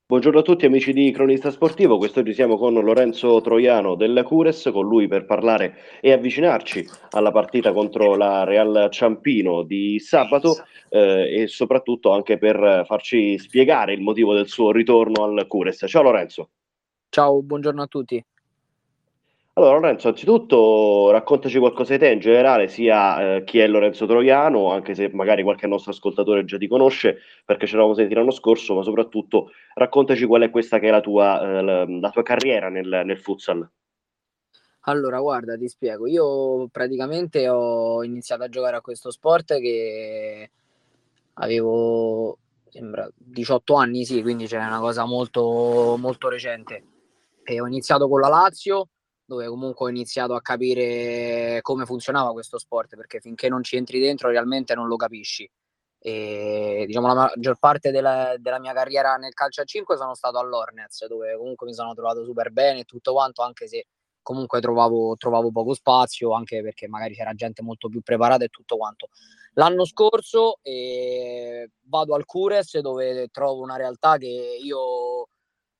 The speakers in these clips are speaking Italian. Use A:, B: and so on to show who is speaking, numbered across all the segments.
A: Buongiorno a tutti amici di Cronista Sportivo, quest'oggi siamo con Lorenzo Troiano del Cures, con lui per parlare e avvicinarci alla partita contro la Real Ciampino di sabato e soprattutto anche per farci spiegare il motivo del suo ritorno al Cures. Ciao Lorenzo.
B: Ciao, buongiorno a tutti.
A: Allora Lorenzo, anzitutto raccontaci qualcosa di te in generale, sia chi è Lorenzo Troiano, anche se magari qualche nostro ascoltatore già ti conosce perché ce l'avevamo sentito l'anno scorso, ma soprattutto raccontaci qual è questa che è la tua carriera nel futsal.
B: Allora, guarda, ti spiego. Io praticamente ho iniziato a giocare a questo sport che avevo, sembra, 18 anni, sì, quindi c'è una cosa molto, molto recente. E ho iniziato con la Lazio, dove comunque ho iniziato a capire come funzionava questo sport, perché finché non ci entri dentro realmente non lo capisci. E diciamo la maggior parte della mia carriera nel calcio a 5 sono stato all'Hornets, dove comunque mi sono trovato super bene e tutto quanto, anche se comunque trovavo poco spazio, anche perché magari c'era gente molto più preparata e tutto quanto. L'anno scorso vado al Cures, dove trovo una realtà che io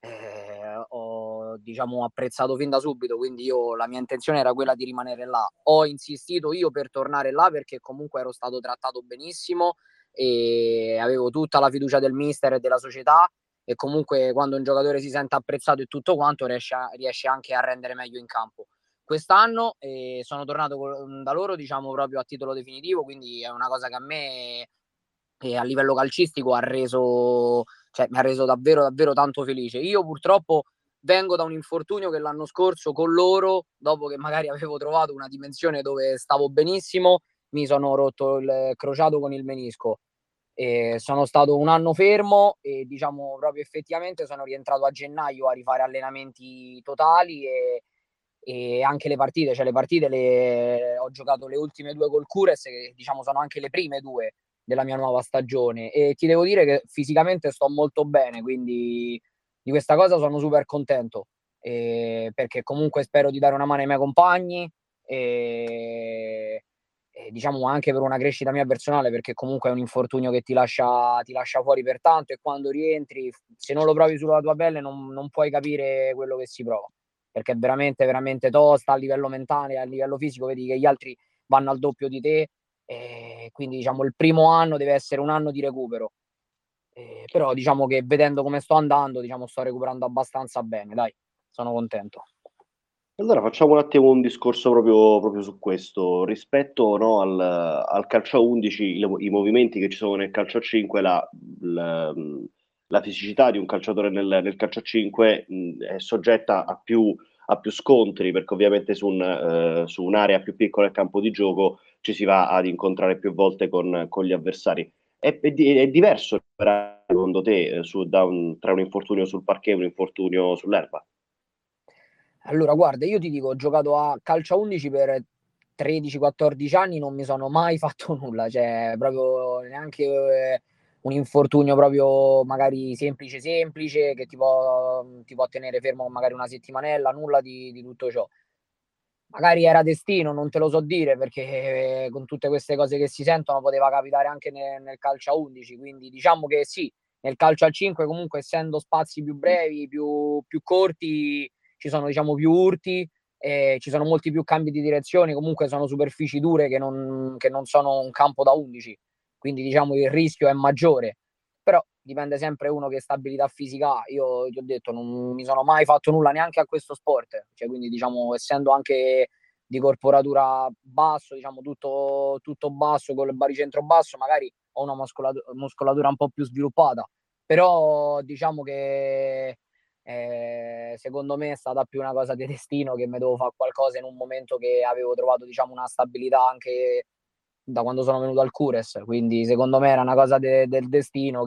B: ho, diciamo, apprezzato fin da subito, quindi la mia intenzione era quella di rimanere là. Ho insistito io per tornare là perché comunque ero stato trattato benissimo e avevo tutta la fiducia del mister e della società, e comunque quando un giocatore si sente apprezzato e tutto quanto riesce anche a rendere meglio in campo. Quest'anno sono tornato da loro, diciamo, proprio a titolo definitivo, quindi è una cosa che a me a livello calcistico mi ha reso davvero, davvero tanto felice. Io purtroppo vengo da un infortunio che l'anno scorso con loro, dopo che magari avevo trovato una dimensione dove stavo benissimo, mi sono rotto il crociato con il menisco. Sono stato un anno fermo e diciamo proprio effettivamente sono rientrato a gennaio a rifare allenamenti totali e anche le partite ho giocato le ultime due col Cures, che diciamo sono anche le prime due della mia nuova stagione, e ti devo dire che fisicamente sto molto bene, quindi di questa cosa sono super contento, perché comunque spero di dare una mano ai miei compagni e diciamo anche per una crescita mia personale, perché comunque è un infortunio che ti lascia fuori per tanto, e quando rientri, se non lo provi sulla tua pelle, non puoi capire quello che si prova, perché è veramente, veramente tosta a livello mentale, a livello fisico, vedi che gli altri vanno al doppio di te, e quindi diciamo il primo anno deve essere un anno di recupero. Però diciamo che vedendo come sto andando, diciamo sto recuperando abbastanza bene, dai, sono contento.
A: Allora facciamo un attimo un discorso proprio su questo, rispetto no, al calcio a 11, i movimenti che ci sono nel calcio a 5, la- la fisicità di un calciatore nel calcio a 5 è soggetta a più scontri, perché ovviamente su un'area più piccola del campo di gioco ci si va ad incontrare più volte con gli avversari. È diverso, secondo te, tra un infortunio sul parquet e un infortunio sull'erba?
B: Allora, guarda, io ti dico, ho giocato a calcio a 11 per 13-14 anni, non mi sono mai fatto nulla, cioè proprio neanche un infortunio proprio magari semplice semplice che ti può tenere fermo magari una settimanella, nulla di tutto ciò. Magari era destino, non te lo so dire, perché con tutte queste cose che si sentono poteva capitare anche nel calcio a 11, quindi diciamo che sì, nel calcio a 5 comunque essendo spazi più brevi, più corti, ci sono diciamo più urti, ci sono molti più cambi di direzione, comunque sono superfici dure che non sono un campo da 11, quindi diciamo il rischio è maggiore, però dipende sempre uno che stabilità fisica ha. Io ti ho detto, non mi sono mai fatto nulla neanche a questo sport, cioè, quindi diciamo essendo anche di corporatura basso, diciamo tutto basso con il baricentro basso, magari ho una muscolatura un po' più sviluppata, però diciamo che secondo me è stata più una cosa di destino, che mi devo fare qualcosa in un momento che avevo trovato diciamo una stabilità anche da quando sono venuto al Cures, quindi secondo me era una cosa del destino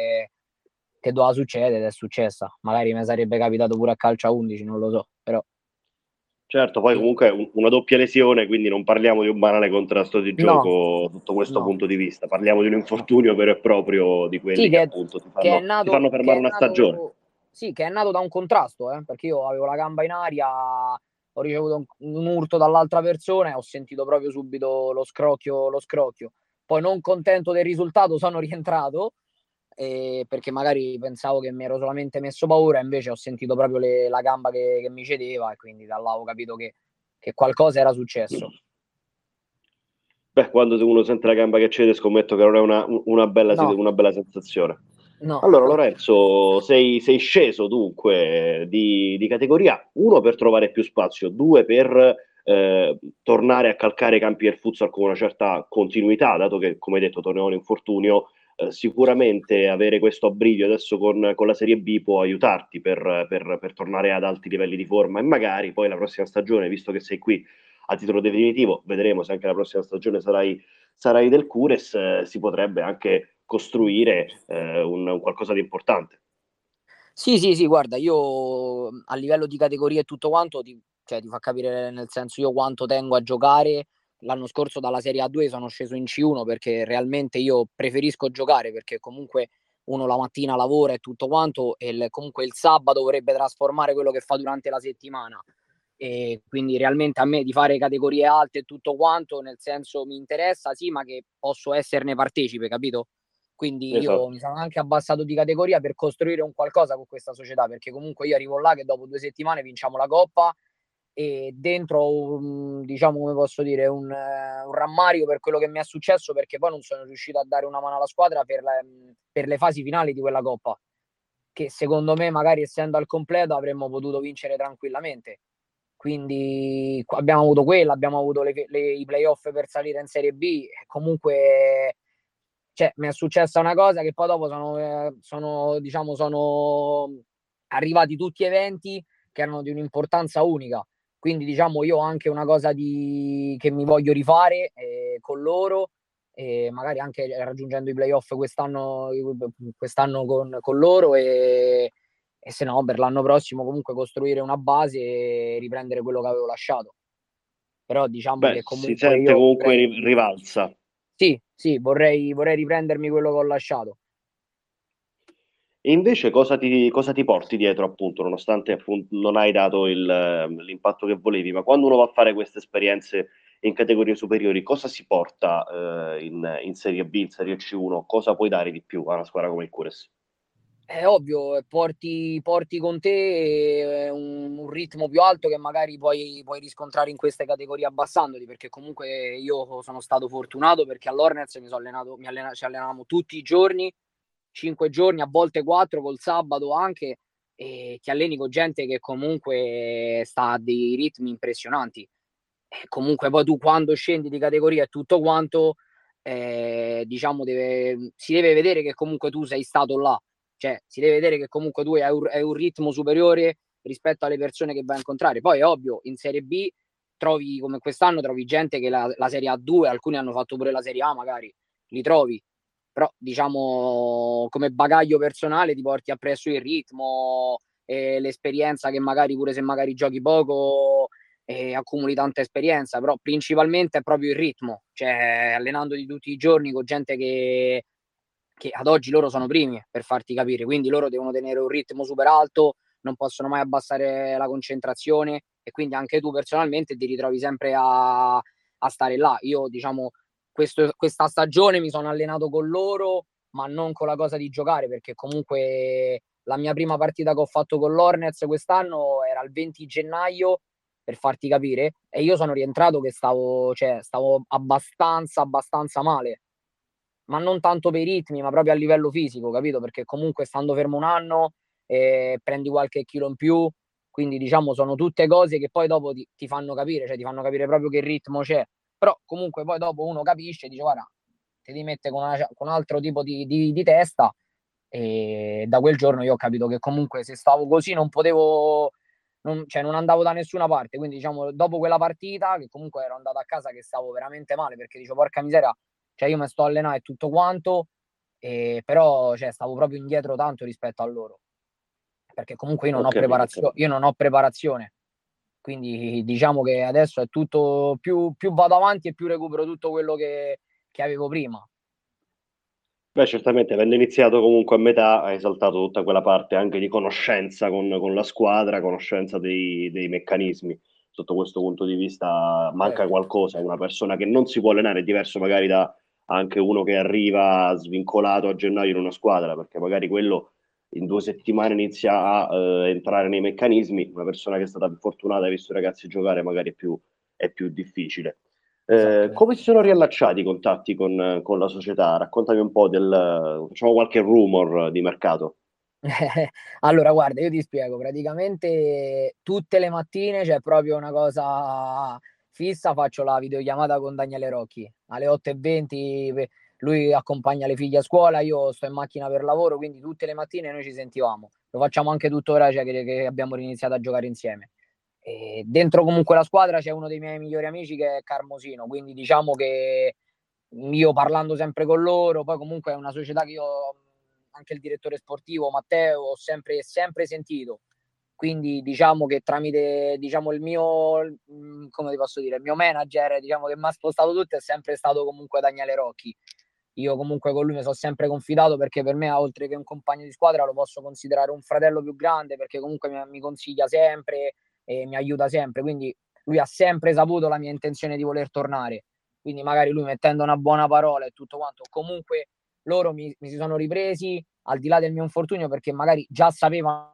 B: che doveva succedere ed è successa. Magari mi sarebbe capitato pure a calcio a 11, non lo so, però
A: Certo, poi comunque è una doppia lesione, quindi non parliamo di un banale contrasto di
B: no,
A: gioco sotto questo
B: no.
A: punto di vista, parliamo di un infortunio vero e proprio di
B: Sì,
A: quelli che appunto ti
B: che è
A: fanno, ti fanno
B: nato, che
A: fermare
B: è
A: una stagione.
B: nato, sì, che è nato da un contrasto, perché io avevo la gamba in aria, ho ricevuto un urto dall'altra persona e ho sentito proprio subito lo scrocchio. Poi non contento del risultato sono rientrato, perché magari pensavo che mi ero solamente messo paura, invece ho sentito proprio la gamba che mi cedeva, e quindi da là ho capito che qualcosa era successo.
A: Beh, quando uno sente la gamba che cede, scommetto che non è
B: No,
A: una bella sensazione.
B: no.
A: Allora, Lorenzo, sei sceso dunque di categoria, uno per trovare più spazio, due per tornare a calcare i campi del futsal con una certa continuità, dato che, come hai detto, tornerò un infortunio. Sicuramente avere questo abbrivio adesso con la Serie B può aiutarti per tornare ad alti livelli di forma e magari poi la prossima stagione, visto che sei qui a titolo definitivo, vedremo se anche la prossima stagione sarai del Cures, si potrebbe anche costruire un qualcosa di importante.
B: Sì, sì, sì, guarda, io a livello di categorie e tutto quanto, cioè, ti fa capire, nel senso, io quanto tengo a giocare. L'anno scorso dalla Serie A2 sono sceso in C1 perché realmente io preferisco giocare, perché comunque uno la mattina lavora e tutto quanto, e comunque il sabato dovrebbe trasformare quello che fa durante la settimana. E quindi realmente a me di fare categorie alte e tutto quanto, nel senso, mi interessa, sì, ma che posso esserne partecipe, capito? Quindi io
A: Esatto.
B: mi sono anche abbassato di categoria per costruire un qualcosa con questa società, perché comunque io arrivo là che dopo 2 settimane vinciamo la Coppa, e dentro ho diciamo, come posso dire, un rammarico per quello che mi è successo, perché poi non sono riuscito a dare una mano alla squadra per le fasi finali di quella Coppa, che secondo me magari essendo al completo avremmo potuto vincere tranquillamente. Quindi abbiamo avuto quella, abbiamo avuto i playoff per salire in Serie B, comunque, cioè, mi è successa una cosa che poi dopo diciamo, sono arrivati tutti eventi che erano di un'importanza unica. Quindi, diciamo, io ho anche una cosa che mi voglio rifare con loro, magari anche raggiungendo i playoff quest'anno con loro, e se no per l'anno prossimo comunque costruire una base e riprendere quello che avevo lasciato. Però diciamo
A: Beh,
B: che
A: si
B: comunque
A: sente
B: io
A: comunque
B: vorrei,
A: rivalsa.
B: sì, sì, vorrei riprendermi quello che ho lasciato.
A: E invece cosa ti porti dietro, appunto, nonostante appunto, non hai dato l'impatto che volevi, ma quando uno va a fare queste esperienze in categorie superiori, cosa si porta in Serie B, in Serie C1? Cosa puoi dare di più a una squadra come il Cures?
B: È ovvio, porti con te un ritmo più alto che magari puoi riscontrare in queste categorie abbassandoti, perché comunque io sono stato fortunato perché all'Hornets mi sono allenato, ci allenavamo tutti i giorni, 5 giorni, a volte 4 col sabato anche, e ti alleni con gente che comunque sta a dei ritmi impressionanti. E comunque poi tu quando scendi di categoria e tutto quanto, diciamo, si deve vedere che comunque tu sei stato là, cioè si deve vedere che comunque tu hai un ritmo superiore rispetto alle persone che vai a incontrare. Poi è ovvio, in Serie B trovi, come quest'anno, trovi gente che la Serie A2, alcuni hanno fatto pure la Serie A magari, li trovi, però diciamo come bagaglio personale ti porti appresso il ritmo e l'esperienza, che magari pure se magari giochi poco accumuli tanta esperienza, però principalmente è proprio il ritmo, cioè allenandoti tutti i giorni con gente che ad oggi loro sono primi, per farti capire, quindi loro devono tenere un ritmo super alto, non possono mai abbassare la concentrazione, e quindi anche tu personalmente ti ritrovi sempre a stare là. Io diciamo questa stagione mi sono allenato con loro, ma non con la cosa di giocare, perché comunque la mia prima partita che ho fatto con l'Hornets quest'anno era il 20 gennaio, per farti capire, e io sono rientrato che stavo abbastanza male, ma non tanto per i ritmi, ma proprio a livello fisico, capito? Perché comunque stando fermo un anno prendi qualche chilo in più, quindi diciamo sono tutte cose che poi dopo ti fanno capire, cioè ti fanno capire proprio che ritmo c'è. Però comunque poi dopo uno capisce e dice guarda, ti rimette con un altro tipo di testa, e da quel giorno io ho capito che comunque se stavo così non potevo, cioè non andavo da nessuna parte, quindi diciamo dopo quella partita, che comunque ero andato a casa che stavo veramente male, perché dicevo porca miseria, cioè io mi sto allenando e tutto quanto, però cioè, stavo proprio indietro tanto rispetto a loro, perché comunque
A: Ho capito, ho capito.
B: io non ho preparazione, quindi diciamo che adesso è tutto, più vado avanti e più recupero tutto quello che avevo prima.
A: Beh, certamente, avendo iniziato comunque a metà, hai saltato tutta quella parte anche di conoscenza con la squadra, conoscenza dei meccanismi. Sotto questo punto di vista manca
B: Certo.
A: qualcosa, una persona che non si può allenare, è diverso magari da anche uno che arriva svincolato a gennaio in una squadra, perché magari quello in 2 settimane inizia a entrare nei meccanismi. Una persona che è stata fortunata e ha visto i ragazzi giocare magari è più difficile.
B: Esatto.
A: Come si sono riallacciati i contatti con la società? Raccontami un po' facciamo qualche rumor di mercato.
B: Allora, guarda, io ti spiego, praticamente tutte le mattine c'è proprio una cosa fissa, faccio la videochiamata con Daniele Rocchi alle 8:20, lui accompagna le figlie a scuola, io sto in macchina per lavoro, quindi tutte le mattine noi ci sentivamo. Lo facciamo anche tuttora, cioè che abbiamo iniziato a giocare insieme. E dentro comunque la squadra c'è uno dei miei migliori amici che è Carmosino, quindi diciamo che io parlando sempre con loro, poi comunque è una società che io, anche il direttore sportivo Matteo, ho sempre sentito. Quindi diciamo che tramite diciamo il mio, come ti posso dire, il mio manager, diciamo che mi ha spostato tutto, è sempre stato comunque Daniele Rocchi. Io comunque con lui mi sono sempre confidato, perché per me, oltre che un compagno di squadra, lo posso considerare un fratello più grande, perché comunque mi consiglia sempre e mi aiuta sempre. Quindi lui ha sempre saputo la mia intenzione di voler tornare. Quindi magari lui, mettendo una buona parola e tutto quanto, comunque loro mi si sono ripresi al di là del mio infortunio, perché magari già sapevano.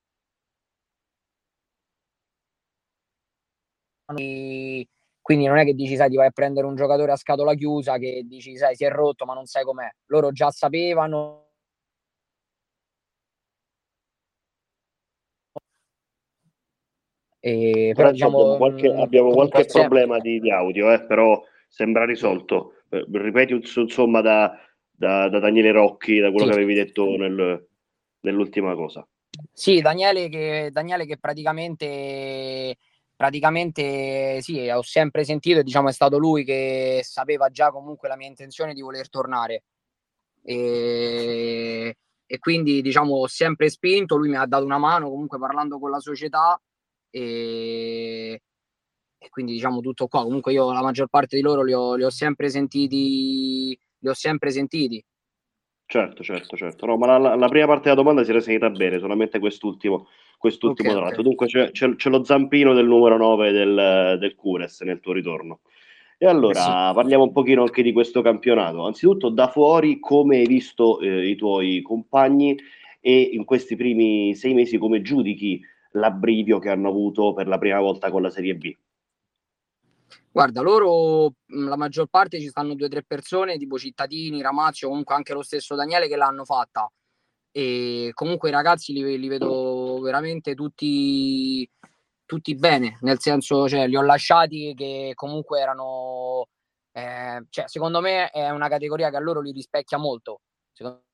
B: Quindi non è che dici, sai, ti vai a prendere un giocatore a scatola chiusa che dici, sai, si è rotto ma non sai com'è. Loro già sapevano. Però
A: Lorenzo, abbiamo
B: diciamo, comunque
A: qualche problema di audio, però sembra risolto. Ripeti insomma da Daniele Rocchi, da quello
B: sì.
A: che avevi detto nell'ultima cosa.
B: Sì, Daniele che praticamente sì, ho sempre sentito, e diciamo è stato lui che sapeva già comunque la mia intenzione di voler tornare. E quindi diciamo ho sempre spinto, lui mi ha dato una mano comunque parlando con la società, e, e quindi diciamo tutto qua. Comunque io la maggior parte di loro li ho sempre sentiti, li ho sempre sentiti.
A: Certo, certo, certo. No, ma la prima parte della domanda si era sentita bene, solamente
B: Ok,
A: quest'ultimo
B: ok.
A: tratto. Dunque c'è lo zampino del numero 9 del Cures nel tuo ritorno. E
B: Eh sì.
A: allora parliamo un pochino anche di questo campionato. Anzitutto, da fuori, come hai visto i tuoi compagni e in questi primi 6 mesi come giudichi l'abbrivio che hanno avuto per la prima volta con la Serie B?
B: Guarda, loro, la maggior parte, ci stanno 2 o 3 persone, tipo Cittadini, Ramazio, comunque anche lo stesso Daniele, che l'hanno fatta. E comunque i ragazzi li vedo veramente tutti bene, nel senso, cioè, li ho lasciati che comunque erano, cioè, secondo me è una categoria che a loro li rispecchia molto. Secondo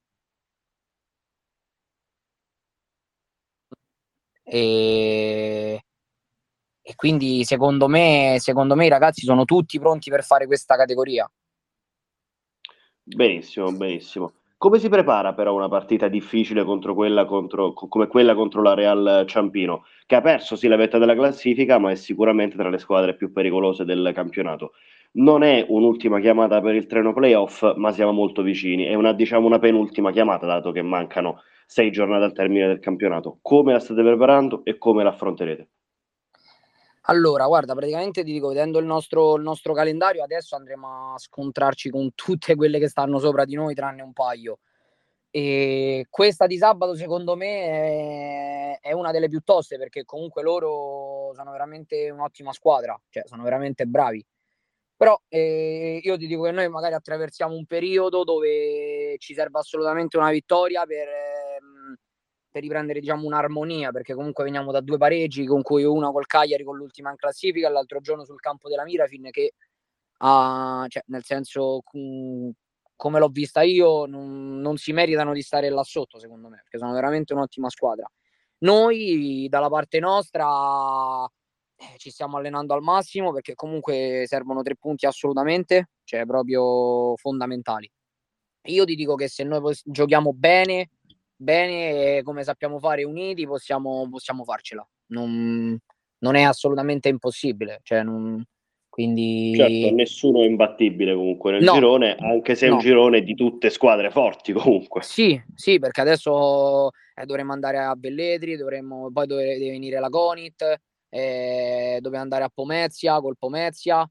B: e e quindi secondo me i ragazzi sono tutti pronti per fare questa categoria.
A: Benissimo, benissimo. Come si prepara però una partita difficile come quella contro la Real Ciampino, che ha perso sì la vetta della classifica, ma è sicuramente tra le squadre più pericolose del campionato. Non è un'ultima chiamata per il treno playoff, ma siamo molto vicini. È diciamo, una penultima chiamata, dato che mancano 6 giornate al termine del campionato. Come la state preparando e come la affronterete?
B: Allora, guarda, praticamente ti dico, vedendo il nostro calendario, adesso andremo a scontrarci con tutte quelle che stanno sopra di noi, tranne un paio. E questa di sabato, secondo me, è una delle più toste, perché comunque loro sono veramente un'ottima squadra, cioè sono veramente bravi. Però io ti dico che noi magari attraversiamo un periodo dove ci serve assolutamente una vittoria per riprendere, diciamo, un'armonia, perché comunque veniamo da 2 pareggi, con cui uno col Cagliari con l'ultima in classifica, l'altro giorno sul campo della Mirafin, che cioè, nel senso, come l'ho vista io, non si meritano di stare là sotto, secondo me, perché sono veramente un'ottima squadra. Noi dalla parte nostra ci stiamo allenando al massimo, perché comunque servono 3 punti assolutamente, cioè proprio fondamentali. Io ti dico che se noi giochiamo bene, bene, come sappiamo fare uniti, possiamo farcela. Non è assolutamente impossibile. Cioè,
A: Certo,
B: quindi
A: nessuno è imbattibile comunque nel
B: no,
A: girone, anche se è un
B: no.
A: girone di tutte squadre forti comunque.
B: Sì, sì, perché adesso dovremmo andare a Velletri, poi deve venire la Conit, dove andare a Pomezia, col Pomezia.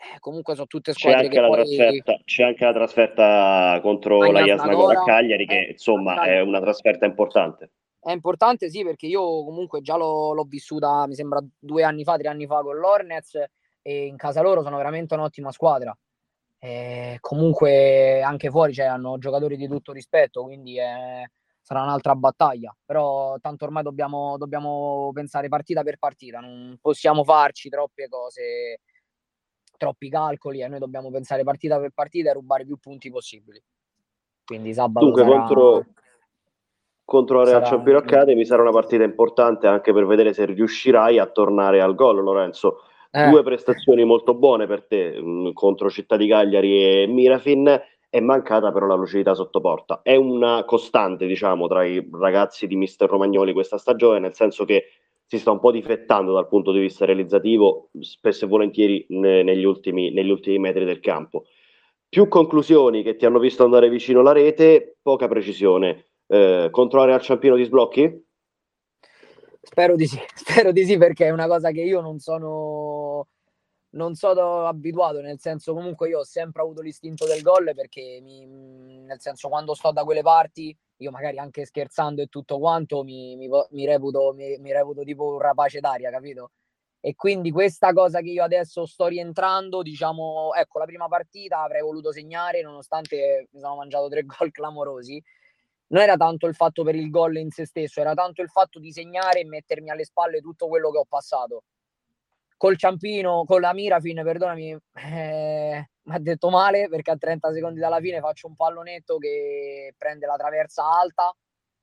B: comunque sono tutte squadre che poi...
A: C'è anche la trasferta contro la
B: Agna
A: Jasnagora a
B: Snagora,
A: Cagliari, che
B: a
A: insomma è
B: Cagliari.
A: una trasferta importante.
B: È importante, sì, perché io comunque già l'ho vissuta, mi sembra 2 anni fa, 3 anni fa con l'Hornets, e in casa loro sono veramente un'ottima squadra. Comunque anche fuori hanno giocatori di tutto rispetto, quindi sarà un'altra battaglia. Però tanto ormai dobbiamo pensare partita per partita, non possiamo farci troppe cose, troppi calcoli, e noi dobbiamo pensare partita per partita e rubare più punti possibili. Quindi sabato
A: Dunque, contro la Real
B: sarà...
A: Champions Academy sarà una partita importante anche per vedere se riuscirai a tornare al gol, Lorenzo. Due prestazioni molto buone per te contro Città di Cagliari e Mirafin. È mancata però la lucidità sotto porta. È una costante, diciamo, tra i ragazzi di Mister Romagnoli questa stagione, nel senso che si sta un po' difettando dal punto di vista realizzativo, spesso e volentieri negli ultimi metri del campo. Più conclusioni che ti hanno visto andare vicino alla rete, poca precisione. Contro la Real Ciampino ti sblocchi?
B: Spero di sì, spero di sì, perché è una cosa che io non sono abituato, nel senso, comunque io ho sempre avuto l'istinto del gol, perché nel senso, quando sto da quelle parti, io magari anche scherzando e tutto quanto mi reputo tipo un rapace d'aria, capito? E quindi questa cosa che io adesso sto rientrando, diciamo, ecco, la prima partita avrei voluto segnare, nonostante mi sono mangiato 3 gol clamorosi. Non era tanto il fatto per il gol in se stesso, era tanto il fatto di segnare e mettermi alle spalle tutto quello che ho passato. Col Ciampino, con la Mirafin, perdonami, mi ha detto male, perché a 30 secondi dalla fine faccio un pallonetto che prende la traversa alta,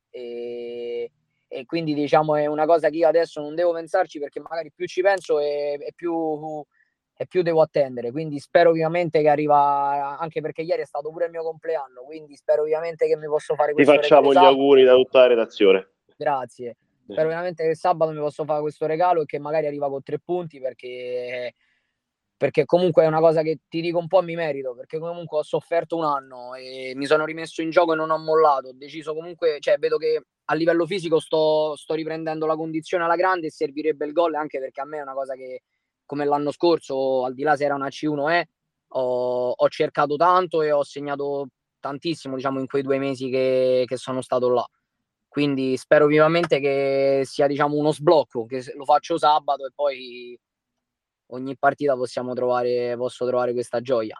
B: e quindi diciamo è una cosa che io adesso non devo pensarci, perché magari più ci penso e più devo attendere. Quindi spero ovviamente che arriva, anche perché ieri è stato pure il mio compleanno, quindi spero ovviamente che mi posso fare
A: Ti
B: questo regalo
A: facciamo gli
B: sabato.
A: auguri da tutta la redazione.
B: Grazie. Spero veramente che sabato mi posso fare questo regalo e che magari arriva con 3 punti, perché comunque è una cosa che, ti dico, un po' mi merito, perché comunque ho sofferto un anno e mi sono rimesso in gioco e non ho mollato. Ho deciso comunque, cioè vedo che a livello fisico sto riprendendo la condizione alla grande, e servirebbe il gol, anche perché a me è una cosa che, come l'anno scorso, al di là se era una C1, ho cercato tanto e ho segnato tantissimo, diciamo, in quei 2 mesi che sono stato là. Quindi spero vivamente che sia, diciamo, uno sblocco, che lo faccio sabato e poi ogni partita posso trovare questa gioia.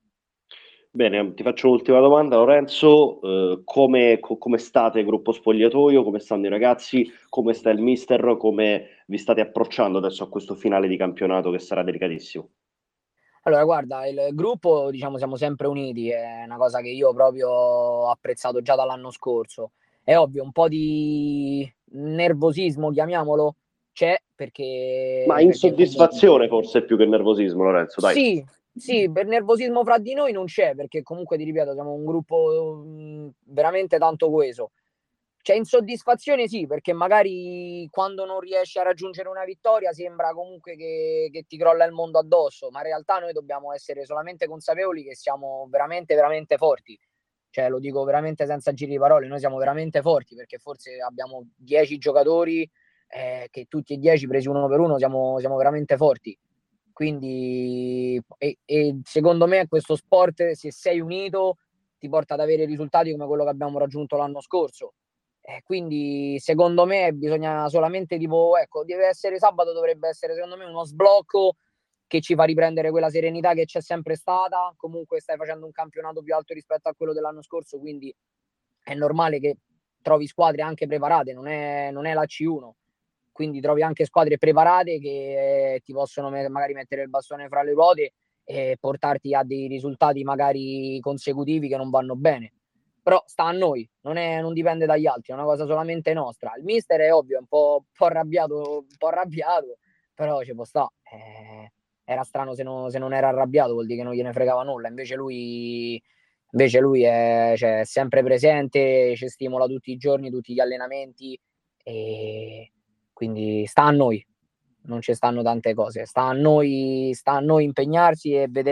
A: Bene, ti faccio un'ultima domanda, Lorenzo. Come state gruppo spogliatoio? Come stanno i ragazzi? Come sta il mister? Come vi state approcciando adesso a questo finale di campionato che sarà delicatissimo?
B: Allora, guarda, il gruppo, diciamo, siamo sempre uniti, è una cosa che io proprio ho apprezzato già dall'anno scorso. È ovvio, un po' di nervosismo, chiamiamolo, c'è,
A: Ma
B: perché comunque...
A: insoddisfazione forse più che nervosismo, Lorenzo, dai.
B: Sì, sì, per nervosismo fra di noi non c'è, perché comunque, ti ripeto, siamo un gruppo veramente tanto coeso. C'è insoddisfazione, sì, perché magari quando non riesci a raggiungere una vittoria sembra comunque che ti crolla il mondo addosso, ma in realtà noi dobbiamo essere solamente consapevoli che siamo veramente, veramente forti. Cioè, lo dico veramente senza giri di parole, noi siamo veramente forti, perché forse abbiamo 10 giocatori, che tutti e 10 presi uno per uno siamo veramente forti. Quindi, e secondo me questo sport, se sei unito, ti porta ad avere risultati come quello che abbiamo raggiunto l'anno scorso. Quindi secondo me bisogna solamente, tipo, ecco, deve essere sabato, dovrebbe essere secondo me uno sblocco che ci fa riprendere quella serenità che c'è sempre stata. Comunque stai facendo un campionato più alto rispetto a quello dell'anno scorso, quindi è normale che trovi squadre anche preparate, non è la C1, quindi trovi anche squadre preparate che ti possono magari mettere il bastone fra le ruote e portarti a dei risultati magari consecutivi che non vanno bene. Però sta a noi, non dipende dagli altri, è una cosa solamente nostra. Il mister è ovvio, è un po' arrabbiato, però ci può sta. Era strano se non era arrabbiato, vuol dire che non gliene fregava nulla. Invece lui è sempre presente, ci stimola tutti i giorni, tutti gli allenamenti, e quindi sta a noi, non ci stanno tante cose, sta a noi impegnarsi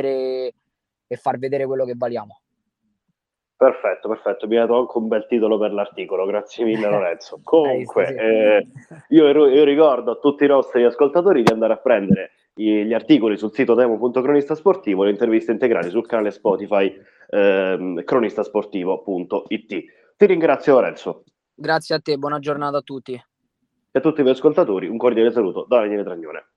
B: e far vedere quello che valiamo.
A: Perfetto, perfetto, mi ha dato anche un bel titolo per l'articolo, grazie mille Lorenzo.
B: Hai visto,
A: Comunque,
B: sì.
A: io ricordo a tutti i nostri ascoltatori di andare a prendere gli articoli sul sito demo.cronistasportivo, le interviste integrali sul canale Spotify cronistasportivo.it. Ti ringrazio, Lorenzo.
B: Grazie a te, buona giornata a tutti.
A: E a tutti gli ascoltatori un cordiale saluto da Daniele Tragnone.